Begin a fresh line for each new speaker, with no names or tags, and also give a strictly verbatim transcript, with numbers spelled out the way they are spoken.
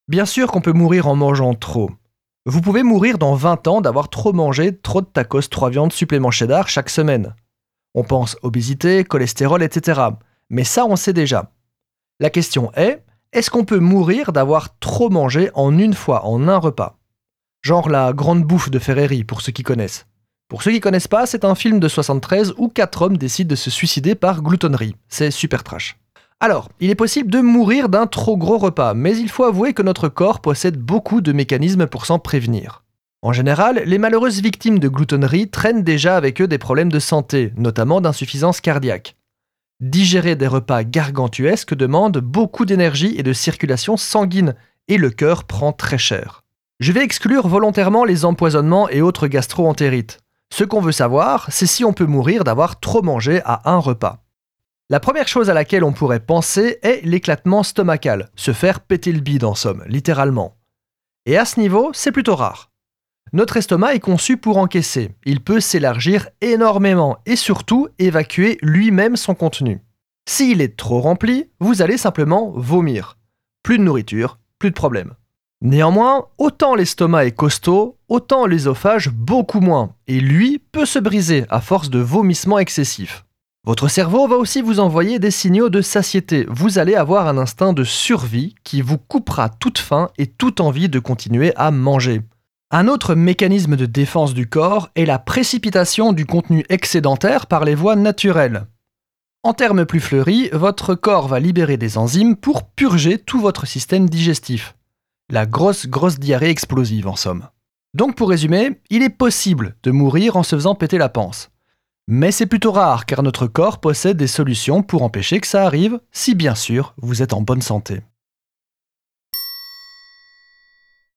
Bien sûr qu'on peut mourir en mangeant trop. Vous pouvez mourir dans vingt ans d'avoir trop mangé trop de tacos trois viandes supplément cheddar chaque semaine. On pense obésité, cholestérol, et cetera. Mais ça, on sait déjà. La question est, est-ce qu'on peut mourir d'avoir trop mangé en une fois, en un repas? Genre la grande bouffe de Ferreri, pour ceux qui connaissent. Pour ceux qui connaissent pas, c'est un film de soixante-treize où quatre hommes décident de se suicider par gloutonnerie. C'est super trash. Alors, il est possible de mourir d'un trop gros repas, mais il faut avouer que notre corps possède beaucoup de mécanismes pour s'en prévenir. En général, les malheureuses victimes de gloutonnerie traînent déjà avec eux des problèmes de santé, notamment d'insuffisance cardiaque. Digérer des repas gargantuesques demande beaucoup d'énergie et de circulation sanguine, et le cœur prend très cher. Je vais exclure volontairement les empoisonnements et autres gastro-entérites. Ce qu'on veut savoir, c'est si on peut mourir d'avoir trop mangé à un repas. La première chose à laquelle on pourrait penser est l'éclatement stomacal, se faire péter le bide en somme, littéralement. Et à ce niveau, c'est plutôt rare. Notre estomac est conçu pour encaisser, il peut s'élargir énormément et surtout évacuer lui-même son contenu. S'il est trop rempli, vous allez simplement vomir. Plus de nourriture, plus de problème. Néanmoins, autant l'estomac est costaud, autant l'œsophage beaucoup moins, et lui peut se briser à force de vomissements excessifs. Votre cerveau va aussi vous envoyer des signaux de satiété. Vous allez avoir un instinct de survie qui vous coupera toute faim et toute envie de continuer à manger. Un autre mécanisme de défense du corps est la précipitation du contenu excédentaire par les voies naturelles. En termes plus fleuris, votre corps va libérer des enzymes pour purger tout votre système digestif. La grosse, grosse diarrhée explosive en somme. Donc pour résumer, il est possible de mourir en se faisant péter la panse. Mais c'est plutôt rare car notre corps possède des solutions pour empêcher que ça arrive, si bien sûr vous êtes en bonne santé.